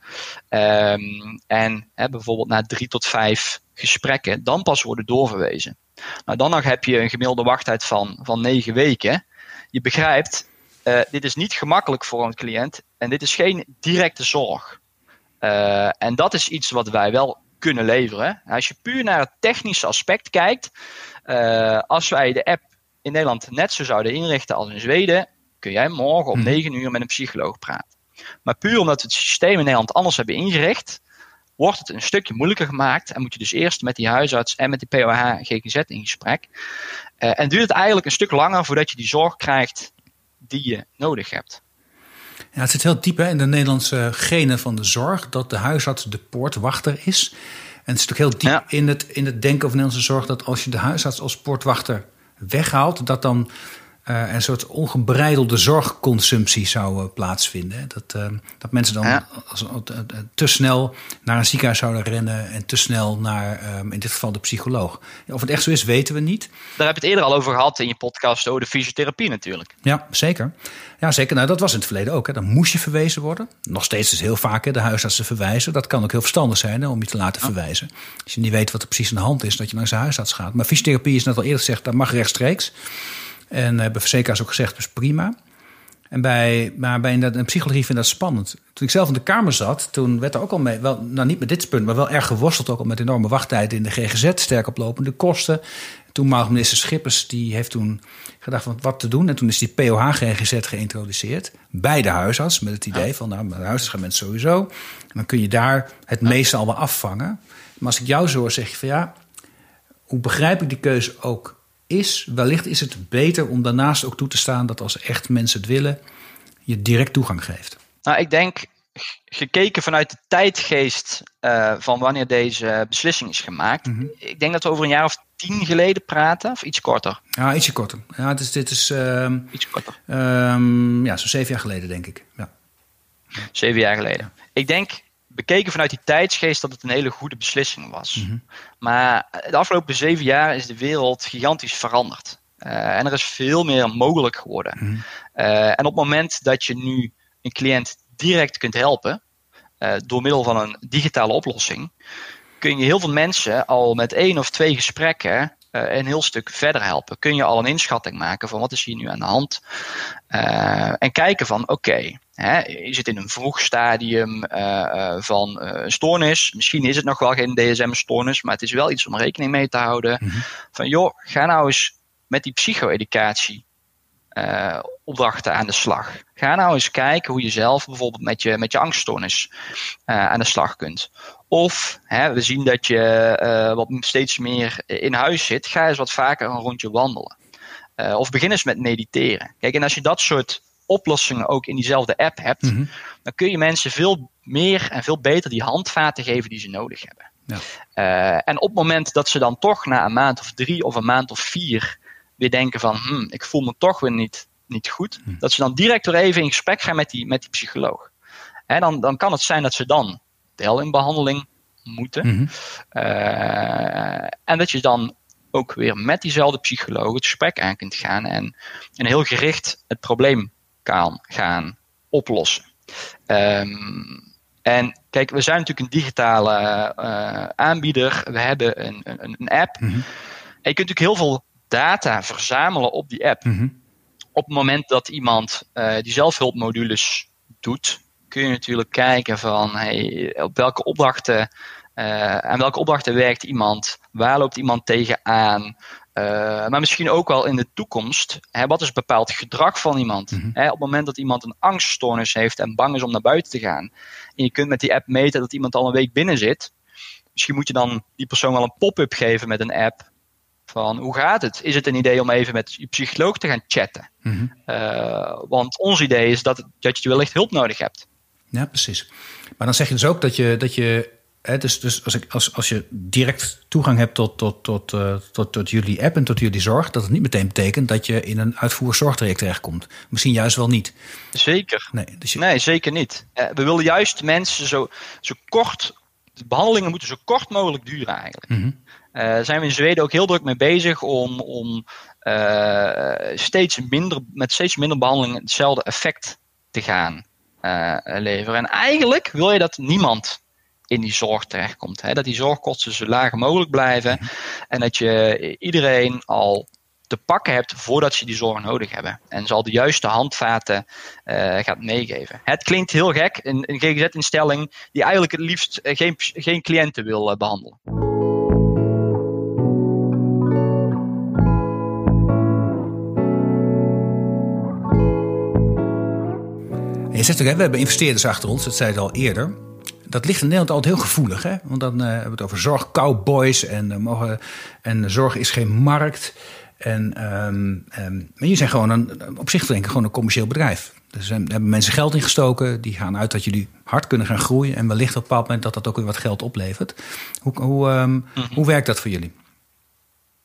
Um, en hè, bijvoorbeeld na drie tot vijf gesprekken, dan pas worden doorverwezen. Nou, dan nog heb je een gemiddelde wachttijd van, van negen weken. Je begrijpt, uh, dit is niet gemakkelijk voor een cliënt en dit is geen directe zorg. Uh, en dat is iets wat wij wel kunnen leveren. Als je puur naar het technische aspect kijkt, uh, als wij de app in Nederland net zo zouden inrichten als in Zweden, kun jij morgen om negen uur met een psycholoog praten. Maar puur omdat we het systeem in Nederland anders hebben ingericht, wordt het een stukje moeilijker gemaakt en moet je dus eerst met die huisarts en met die P O H G G Z in gesprek. Uh, en duurt het eigenlijk een stuk langer voordat je die zorg krijgt die je nodig hebt. Ja, het zit heel diep hè, in de Nederlandse genen van de zorg, dat de huisarts de poortwachter is. En het is natuurlijk heel diep ja. in, het, in het denken over Nederlandse zorg, dat als je de huisarts als poortwachter weghaalt, dat dan uh, een soort ongebreidelde zorgconsumptie zou uh, plaatsvinden. Dat, uh, dat mensen dan ja. als, uh, uh, te snel naar een ziekenhuis zouden rennen en te snel naar, um, in dit geval, de psycholoog. Of het echt zo is, weten we niet. Daar heb je het eerder al over gehad in je podcast over de fysiotherapie natuurlijk. Ja, zeker. Ja, zeker. Nou, dat was in het verleden ook. Hè. Dan moest je verwezen worden. Nog steeds is heel vaak hè, de huisartsen verwijzen. Dat kan ook heel verstandig zijn hè, om je te laten ja. verwijzen. Als je niet weet wat er precies aan de hand is, dat je naar zijn huisarts gaat. Maar fysiotherapie is net al eerder gezegd, dat mag rechtstreeks. En hebben verzekeraars ook gezegd, dus prima. En bij, maar bij een psychologie vind ik dat spannend. Toen ik zelf in de Kamer zat, toen werd er ook al mee, wel, nou niet met dit punt, maar wel erg geworsteld ook al met enorme wachttijden in de G G Z, sterk oplopende kosten. Toenmalig minister Schippers, die heeft toen gedacht van wat te doen. En toen is die P O H G G Z geïntroduceerd bij de huisarts, met het idee van, nou, bij de huisarts gaan mensen sowieso. En dan kun je daar het meeste al wel afvangen. Maar als ik jou zo hoor, zeg je van ja, hoe begrijp ik die keuze ook is, wellicht is het beter om daarnaast ook toe te staan dat als echt mensen het willen, je direct toegang geeft. Nou, ik denk, gekeken vanuit de tijdgeest uh, van wanneer deze beslissing is gemaakt. Mm-hmm. Ik denk dat we over een jaar of tien geleden praten, of iets korter. Ja, ietsje korter. Ja, dus dit is uh, iets korter. Um, ja, zo'n zeven jaar geleden, denk ik. Ja. Zeven jaar geleden. Ja. Ik denk, bekeken vanuit die tijdsgeest, dat het een hele goede beslissing was. Mm-hmm. Maar de afgelopen zeven jaar is de wereld gigantisch veranderd. Uh, en er is veel meer mogelijk geworden. Mm-hmm. Uh, en op het moment dat je nu een cliënt direct kunt helpen, uh, door middel van een digitale oplossing, kun je heel veel mensen al met één of twee gesprekken uh, een heel stuk verder helpen. Kun je al een inschatting maken van wat is hier nu aan de hand. Uh, en kijken van oké, okay, je zit in een vroeg stadium uh, uh, van uh, een stoornis. Misschien is het nog wel geen D S M-stoornis, maar het is wel iets om rekening mee te houden. Mm-hmm. Van joh, ga nou eens met die psycho-educatie uh, opdrachten aan de slag. Ga nou eens kijken hoe je zelf bijvoorbeeld met je, met je angststoornis uh, aan de slag kunt. Of hè, we zien dat je uh, wat steeds meer in huis zit. Ga eens wat vaker een rondje wandelen. Uh, of begin eens met mediteren. Kijk, en als je dat soort oplossingen ook in diezelfde app hebt, mm-hmm. dan kun je mensen veel meer en veel beter die handvaten geven die ze nodig hebben. Ja. Uh, en op het moment dat ze dan toch na een maand of drie of een maand of vier weer denken van, hm, ik voel me toch weer niet, niet goed, hm. dat ze dan direct weer even in gesprek gaan met die, met die psycholoog. Hè, dan, dan kan het zijn dat ze dan wel in behandeling moeten. Mm-hmm. Uh, en dat je dan ook weer met diezelfde psycholoog het gesprek aan kunt gaan en, en heel gericht het probleem kan gaan oplossen. Um, en kijk, we zijn natuurlijk een digitale uh, aanbieder. We hebben een, een, een app. Mm-hmm. En je kunt natuurlijk heel veel data verzamelen op die app. Mm-hmm. Op het moment dat iemand uh, die zelfhulpmodules doet, kun je natuurlijk kijken van hey, op welke opdrachten, uh, aan welke opdrachten werkt iemand, waar loopt iemand tegenaan. Uh, maar misschien ook wel in de toekomst, hè, wat is bepaald gedrag van iemand? Mm-hmm. Hè, op het moment dat iemand een angststoornis heeft en bang is om naar buiten te gaan, en je kunt met die app meten dat iemand al een week binnen zit, misschien moet je dan die persoon wel een pop-up geven met een app van hoe gaat het? Is het een idee om even met je psycholoog te gaan chatten? Mm-hmm. Uh, want ons idee is dat, dat je wellicht hulp nodig hebt. Ja, precies. Maar dan zeg je dus ook dat je, dat je hè, dus, dus als, ik, als, als je direct toegang hebt tot, tot, tot, uh, tot, tot jullie app en tot jullie zorg, dat het niet meteen betekent dat je in een uitvoerig zorgtraject terechtkomt. Misschien juist wel niet. Zeker. Nee, dus je... nee zeker niet. Uh, we willen juist mensen zo, zo kort, de behandelingen moeten zo kort mogelijk duren eigenlijk. Mm-hmm. Uh, zijn we in Zweden ook heel druk mee bezig om, om uh, steeds minder, met steeds minder behandelingen hetzelfde effect te gaan uh, leveren. En eigenlijk wil je dat niemand in die zorg terechtkomt. Hè? Dat die zorgkosten zo laag mogelijk blijven. Mm-hmm. En dat je iedereen al te pakken hebt voordat ze die zorg nodig hebben. En zal de juiste handvaten uh, gaat meegeven. Het klinkt heel gek, een, een G G Z-instelling die eigenlijk het liefst uh, geen, geen cliënten wil uh, behandelen. Je zegt ook, hè, we hebben investeerders achter ons, dat zei je al eerder. Dat ligt in Nederland altijd heel gevoelig, hè? Want dan uh, hebben we het over zorgcowboys en, uh, mogen, en zorg is geen markt. En, um, um, maar jullie zijn gewoon een, op zich denk ik gewoon een commercieel bedrijf. Dus er hebben mensen geld ingestoken, die gaan uit dat jullie hard kunnen gaan groeien en wellicht op een bepaald moment dat dat ook weer wat geld oplevert. Hoe, hoe, um, mm-hmm. hoe werkt dat voor jullie?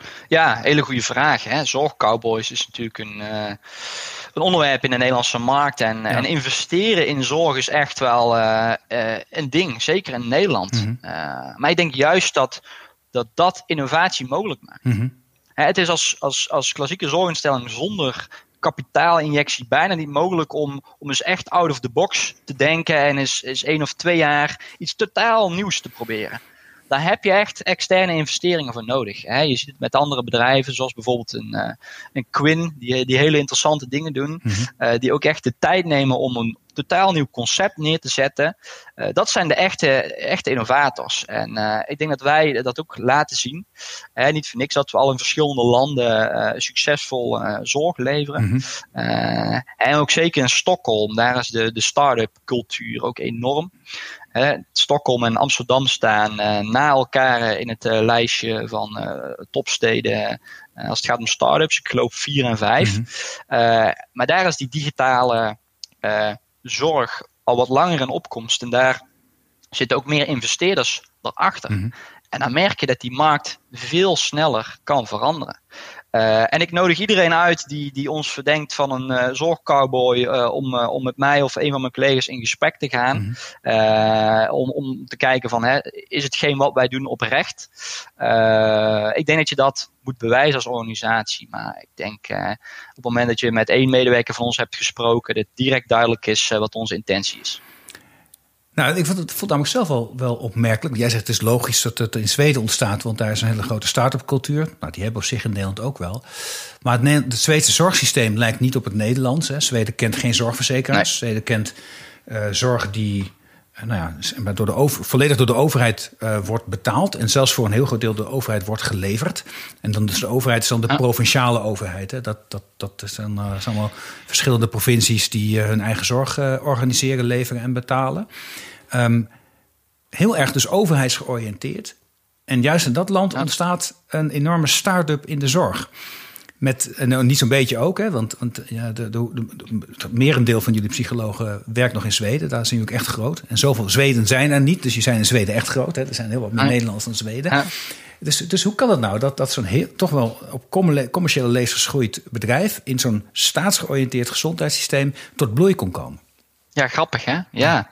Ja, hele goede vraag. Hè? Zorgcowboys is natuurlijk een, uh, een onderwerp in de Nederlandse markt. En, ja. en investeren in zorg is echt wel uh, uh, een ding, zeker in Nederland. Mm-hmm. Uh, maar ik denk juist dat dat, dat innovatie mogelijk maakt. Mm-hmm. Hè, het is als, als, als klassieke zorginstelling zonder kapitaalinjectie bijna niet mogelijk om, om eens echt out of the box te denken en eens, eens één of twee jaar iets totaal nieuws te proberen. Daar heb je echt externe investeringen voor nodig. Hè. Je ziet het met andere bedrijven, zoals bijvoorbeeld een, uh, een Quinn, die, die hele interessante dingen doen. Mm-hmm. Uh, die ook echt de tijd nemen om een totaal nieuw concept neer te zetten. Uh, dat zijn de echte, echte innovators. En uh, ik denk dat wij dat ook laten zien. Uh, niet voor niks dat we al in verschillende landen uh, succesvol uh, zorg leveren. Mm-hmm. Uh, en ook zeker in Stockholm, daar is de, de start-up cultuur ook enorm. Uh, Stockholm en Amsterdam staan uh, na elkaar in het uh, lijstje van uh, topsteden uh, als het gaat om start-ups. Ik geloof vier en vijf. Mm-hmm. Uh, maar daar is die digitale uh, zorg al wat langer in opkomst. En daar zitten ook meer investeerders erachter. Mm-hmm. En dan merk je dat die markt veel sneller kan veranderen. Uh, en ik nodig iedereen uit die, die ons verdenkt van een uh, zorgcowboy uh, om, uh, om met mij of een van mijn collega's in gesprek te gaan. Mm-hmm. Uh, om, om te kijken van, hè, is hetgeen wat wij doen oprecht? Uh, ik denk dat je dat moet bewijzen als organisatie. Maar ik denk uh, op het moment dat je met één medewerker van ons hebt gesproken, dat direct duidelijk is uh, wat onze intentie is. Nou, ik vond het vond namelijk zelf wel, wel opmerkelijk. Jij zegt het is logisch dat het in Zweden ontstaat, want daar is een hele grote start-up cultuur. Nou, die hebben op zich in Nederland ook wel. Maar het, het Zweedse zorgsysteem lijkt niet op het Nederlands. Hè. Zweden kent geen zorgverzekeraars. Nee. Zweden kent uh, zorg die uh, nou ja, door de over, volledig door de overheid uh, wordt betaald. En zelfs voor een heel groot deel door de overheid wordt geleverd. En dan is de overheid is dan de ja. provinciale overheid. Hè. Dat, dat, dat zijn, uh, zijn allemaal verschillende provincies die uh, hun eigen zorg uh, organiseren, leveren en betalen. Um, heel erg dus overheidsgeoriënteerd. En juist in dat land ja. ontstaat een enorme start-up in de zorg. Met, en niet zo'n beetje ook, hè, want, want ja, de, de, de, het merendeel van jullie psychologen werkt nog in Zweden. Daar zijn jullie ook echt groot. En zoveel Zweden zijn er niet, dus je zijn in Zweden echt groot. Hè. Er zijn heel wat meer ja. Nederlanders dan Zweden. Ja. Dus, dus hoe kan het nou dat, dat zo'n heel, toch wel op commerciële lezers groeit bedrijf in zo'n staatsgeoriënteerd gezondheidssysteem tot bloei kon komen? Ja, grappig hè? Ja. ja.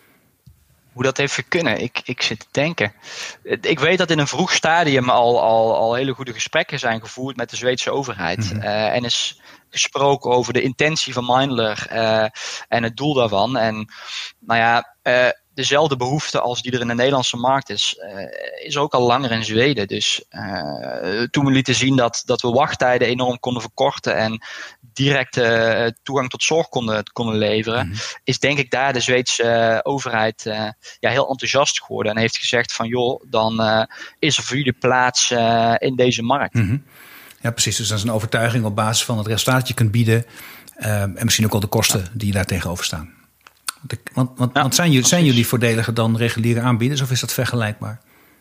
Hoe dat heeft kunnen, ik, ik zit te denken. Ik weet dat in een vroeg stadium al, al, al hele goede gesprekken zijn gevoerd met de Zweedse overheid. Mm-hmm. Uh, en is gesproken over de intentie van Mindler uh, en het doel daarvan. En nou ja, uh, dezelfde behoefte als die er in de Nederlandse markt is, uh, is ook al langer in Zweden. Dus uh, toen we lieten zien dat, dat we wachttijden enorm konden verkorten en directe uh, toegang tot zorg konden, konden leveren, mm-hmm. is denk ik daar de Zweedse uh, overheid uh, ja, heel enthousiast geworden en heeft gezegd van joh, dan uh, is er voor jullie plaats uh, in deze markt. Mm-hmm. Ja, precies. Dus dat is een overtuiging op basis van het resultaat dat je kunt bieden uh, en misschien ook al de kosten ja. die daar tegenover staan. Want, ik, want, want, ja, want zijn, jullie, zijn jullie voordeliger dan reguliere aanbieders of is dat vergelijkbaar?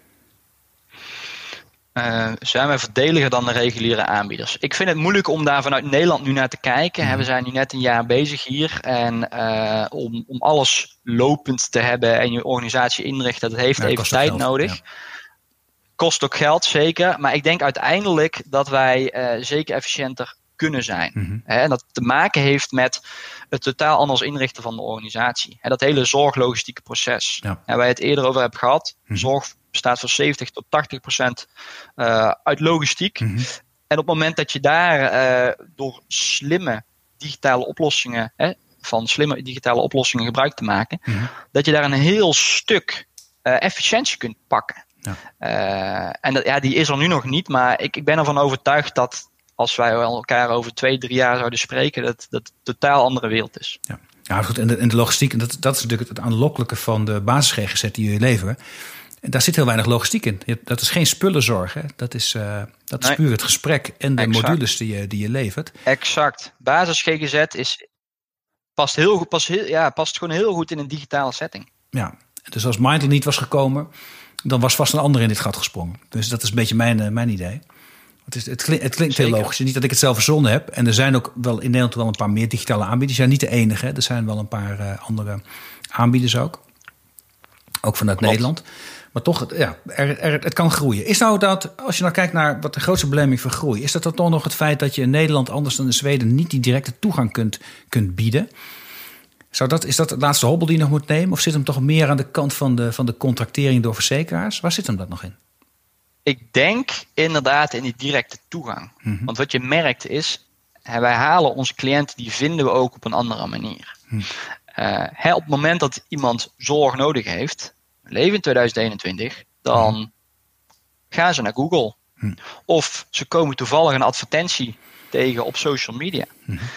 Uh, zijn wij voordeliger dan de reguliere aanbieders? Ik vind het moeilijk om daar vanuit Nederland nu naar te kijken. Mm. We zijn nu net een jaar bezig hier. En uh, om, om alles lopend te hebben en je organisatie inrichten, dat heeft ja, even tijd geld, nodig. Ja. Kost ook geld, zeker. Maar ik denk uiteindelijk dat wij uh, zeker efficiënter kunnen zijn. Mm-hmm. En dat te maken heeft met het totaal anders inrichten van de organisatie. En dat hele zorglogistieke proces. Ja. En waar je het eerder over hebt gehad. Mm-hmm. Zorg bestaat voor zeventig tot tachtig procent uh, uit logistiek. Mm-hmm. En op het moment dat je daar uh, door slimme digitale oplossingen, hè, van slimme digitale oplossingen gebruik te maken, mm-hmm. dat je daar een heel stuk uh, efficiëntie kunt pakken. Ja. Uh, en dat, ja, die is er nu nog niet, maar ik, ik ben ervan overtuigd dat als wij elkaar over twee, drie jaar zouden spreken, dat dat een totaal andere wereld is. Ja, ja goed. En de, en de logistiek, en dat, dat is natuurlijk het aanlokkelijke van de basis-G G Z die jullie leveren. En daar zit heel weinig logistiek in. Dat is geen spullenzorg. Hè? Dat is, uh, dat is nee. puur het gesprek en de exact. modules die je, die je levert. Exact. Basis-G G Z is, past, heel goed, past, heel, ja, past gewoon heel goed in een digitale setting. Ja, dus als Mindler niet was gekomen, dan was vast een ander in dit gat gesprongen. Dus dat is een beetje mijn, uh, mijn idee. Het, is, het, klinkt, het klinkt heel logisch. Niet dat ik het zelf verzonnen heb. En er zijn ook wel in Nederland wel een paar meer digitale aanbieders. Ja, niet de enige. Hè. Er zijn wel een paar uh, andere aanbieders ook. Ook vanuit Klopt. Nederland. Maar toch, ja, er, er, het kan groeien. Is nou dat, als je nou kijkt naar wat de grootste belemmering voor groei... is dat dan toch nog het feit dat je in Nederland, anders dan in Zweden... niet die directe toegang kunt, kunt bieden? Zou dat, is dat de laatste hobbel die je nog moet nemen? Of zit hem toch meer aan de kant van de, van de contractering door verzekeraars? Waar zit hem dat nog in? Ik denk inderdaad in die directe toegang. Mm-hmm. Want wat je merkt is, wij halen onze cliënten, die vinden we ook op een andere manier. Mm. Uh, hè, op het moment dat iemand zorg nodig heeft, we leven in tweeduizend eenentwintig, dan mm. gaan ze naar Google. Mm. Of ze komen toevallig een advertentie tegen op social media. Mm. Uh,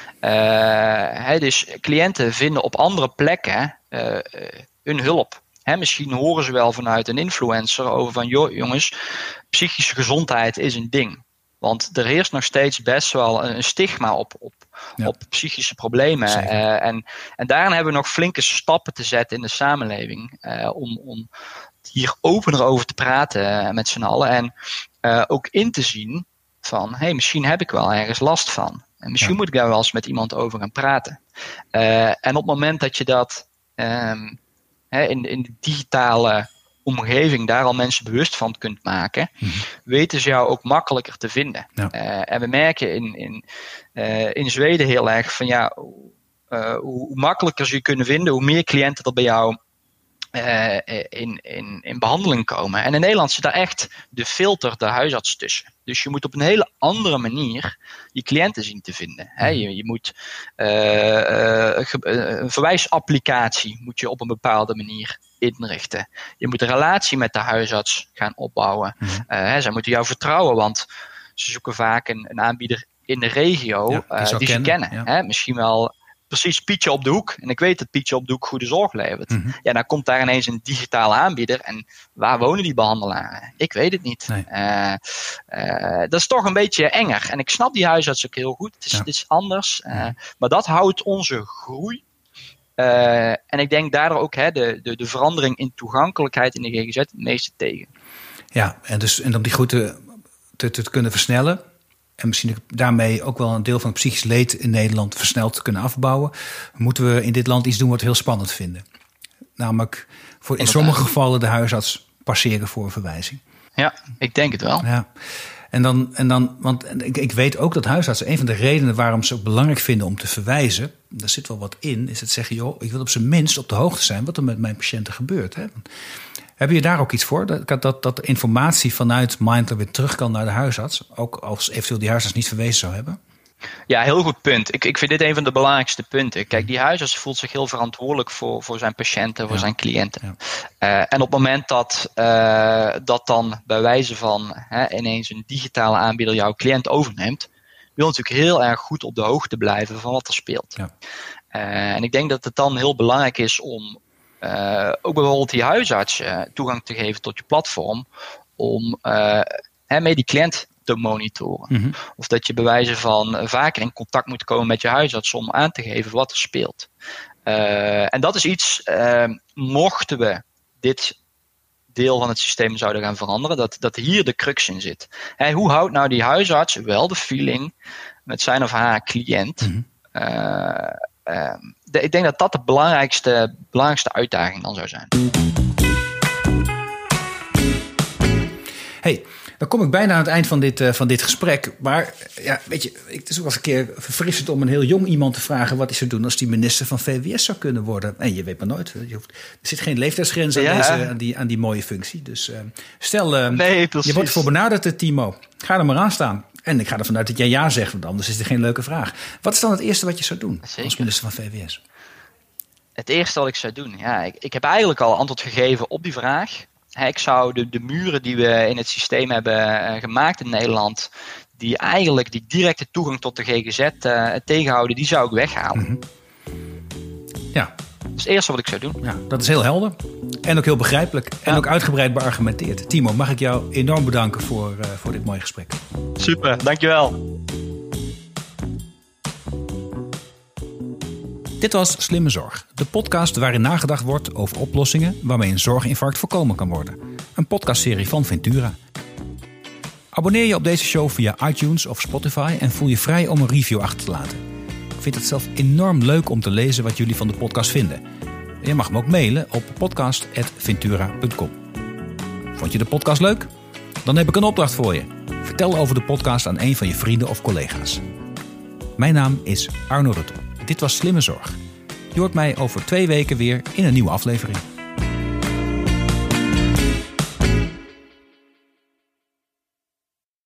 hè, dus cliënten vinden op andere plekken uh, uh, hun hulp. He, misschien horen ze wel vanuit een influencer over van... joh, jongens, psychische gezondheid is een ding. Want er heerst nog steeds best wel een stigma op, op, ja. op psychische problemen. Uh, en, en daarin hebben we nog flinke stappen te zetten in de samenleving... Uh, om, om hier opener over te praten uh, met z'n allen. En uh, ook in te zien van... hey, misschien heb ik wel ergens last van. En misschien ja. moet ik daar wel eens met iemand over gaan praten. Uh, en op het moment dat je dat... Um, He, in, in de digitale omgeving daar al mensen bewust van kunt maken, mm-hmm. weten ze jou ook makkelijker te vinden. Ja. Uh, en we merken in, in, uh, in Zweden heel erg van ja, uh, hoe, hoe makkelijker ze je kunnen vinden, hoe meer cliënten er bij jou uh, in, in, in behandeling komen. En in Nederland zit daar echt de filter, de huisarts tussen. Dus je moet op een hele andere manier je cliënten zien te vinden. He, je, je moet uh, uh, een verwijsapplicatie moet je op een bepaalde manier inrichten. Je moet een relatie met de huisarts gaan opbouwen. Mm-hmm. Uh, he, zij moeten jou vertrouwen, want ze zoeken vaak een, een aanbieder in de regio ja, die, uh, die kennen, ze kennen. Ja. He, misschien wel precies Pietje op de hoek. En ik weet dat Pietje op de hoek goede zorg levert. Mm-hmm. Ja, dan komt daar ineens een digitale aanbieder. En waar wonen die behandelaren? Ik weet het niet. Nee. Uh, uh, dat is toch een beetje enger. En ik snap die huisarts ook heel goed. Het is, ja. het is anders. Uh, ja. Maar dat houdt onze groei. Uh, en ik denk daardoor ook hè, de, de, de verandering in toegankelijkheid in de G G Z het meeste tegen. Ja, en, dus, en om die groei te, te, te kunnen versnellen... en misschien daarmee ook wel een deel van het psychisch leed in Nederland versneld te kunnen afbouwen... moeten we in dit land iets doen wat we heel spannend vinden. Namelijk voor in sommige gevallen de huisarts passeren voor een verwijzing. Ja, ik denk het wel. Ja. En dan, en dan, want ik, ik weet ook dat huisartsen, een van de redenen waarom ze het belangrijk vinden om te verwijzen, daar zit wel wat in, is het zeggen, joh, ik wil op zijn minst op de hoogte zijn wat er met mijn patiënten gebeurt. Hè? Heb je daar ook iets voor? Dat, dat, dat de informatie vanuit Mindler weer terug kan naar de huisarts, ook als eventueel die huisarts niet verwezen zou hebben? Ja, heel goed punt. Ik, ik vind dit een van de belangrijkste punten. Kijk, die huisarts voelt zich heel verantwoordelijk voor, voor zijn patiënten, voor ja. zijn cliënten. Ja. Uh, en op het moment dat, uh, dat dan bij wijze van hè, ineens een digitale aanbieder jouw cliënt overneemt, wil natuurlijk heel erg goed op de hoogte blijven van wat er speelt. Ja. Uh, en ik denk dat het dan heel belangrijk is om uh, ook bijvoorbeeld die huisarts uh, toegang te geven tot je platform, om uh, hè, mee die cliënt te monitoren. Mm-hmm. Of dat je bij wijze van uh, vaker in contact moet komen met je huisarts om aan te geven wat er speelt. Uh, en dat is iets, uh, mochten we dit deel van het systeem zouden gaan veranderen, dat, dat hier de crux in zit. Hey, hoe houdt nou die huisarts wel de feeling met zijn of haar cliënt? Mm-hmm. Uh, uh, de, ik denk dat dat de belangrijkste, belangrijkste uitdaging dan zou zijn. Hey, dan kom ik bijna aan het eind van dit, uh, van dit gesprek. Maar ja, weet je, het is ook wel eens een keer verfrissend om een heel jong iemand te vragen wat hij zou doen als die minister van V W S zou kunnen worden. En je weet maar nooit. Je hoeft, er zit geen leeftijdsgrens aan, ja. deze, aan, die, aan die mooie functie. Dus uh, stel, uh, nee, je wordt ervoor benaderd, Timo. Ga er maar aan staan. En ik ga ervan uit dat jij ja zegt, want anders is het geen leuke vraag. Wat is dan het eerste wat je zou doen Zeker. als minister van V W S? Het eerste wat ik zou doen? Ja, ik, ik heb eigenlijk al antwoord gegeven op die vraag. Ik zou de, de muren die we in het systeem hebben uh, gemaakt in Nederland, die eigenlijk die directe toegang tot de G G Z uh, tegenhouden, die zou ik weghalen. Mm-hmm. Ja. Dat is het eerste wat ik zou doen. Ja, dat is heel helder. En ook heel begrijpelijk. En ja. ook uitgebreid beargumenteerd. Timo, mag ik jou enorm bedanken voor, uh, voor dit mooie gesprek. Super, dankjewel. Dit was Slimme Zorg, de podcast waarin nagedacht wordt over oplossingen waarmee een zorginfarct voorkomen kan worden. Een podcastserie van Ventura. Abonneer je op deze show via iTunes of Spotify en voel je vrij om een review achter te laten. Ik vind het zelf enorm leuk om te lezen wat jullie van de podcast vinden. Je mag me ook mailen op podcast apenstaartje ventura punt com. Vond je de podcast leuk? Dan heb ik een opdracht voor je. Vertel over de podcast aan een van je vrienden of collega's. Mijn naam is Arno Rutte. Dit was Slimme Zorg. Je hoort mij over twee weken weer in een nieuwe aflevering.